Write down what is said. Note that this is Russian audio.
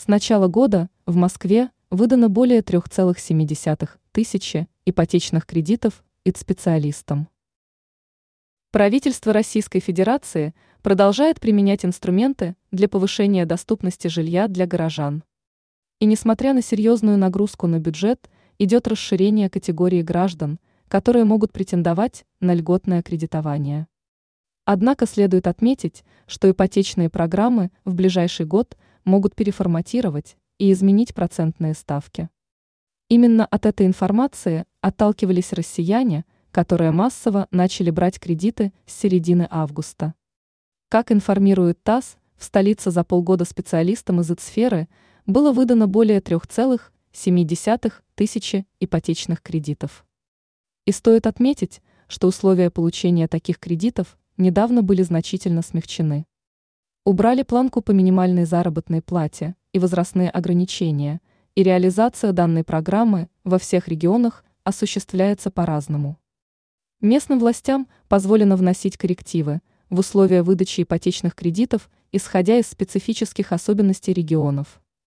С начала года в Москве выдано более 3,7 тысячи ипотечных кредитов специалистам. Правительство Российской Федерации продолжает применять инструменты для повышения доступности жилья для горожан. И несмотря на серьезную нагрузку на бюджет, идет расширение категории граждан, которые могут претендовать на льготное кредитование. Однако следует отметить, что ипотечные программы в ближайший год могут переформатировать и изменить процентные ставки. Именно от этой информации отталкивались россияне, которые массово начали брать кредиты с середины августа. Как информирует ТАСС, в столице за полгода специалистам из сферы было выдано более 3,7 тысячи ипотечных кредитов. И стоит отметить, что условия получения таких кредитов недавно были значительно смягчены. Убрали планку по минимальной заработной плате и возрастные ограничения, и реализация данной программы во всех регионах осуществляется по-разному. Местным властям позволено вносить коррективы в условия выдачи ипотечных кредитов, исходя из специфических особенностей регионов.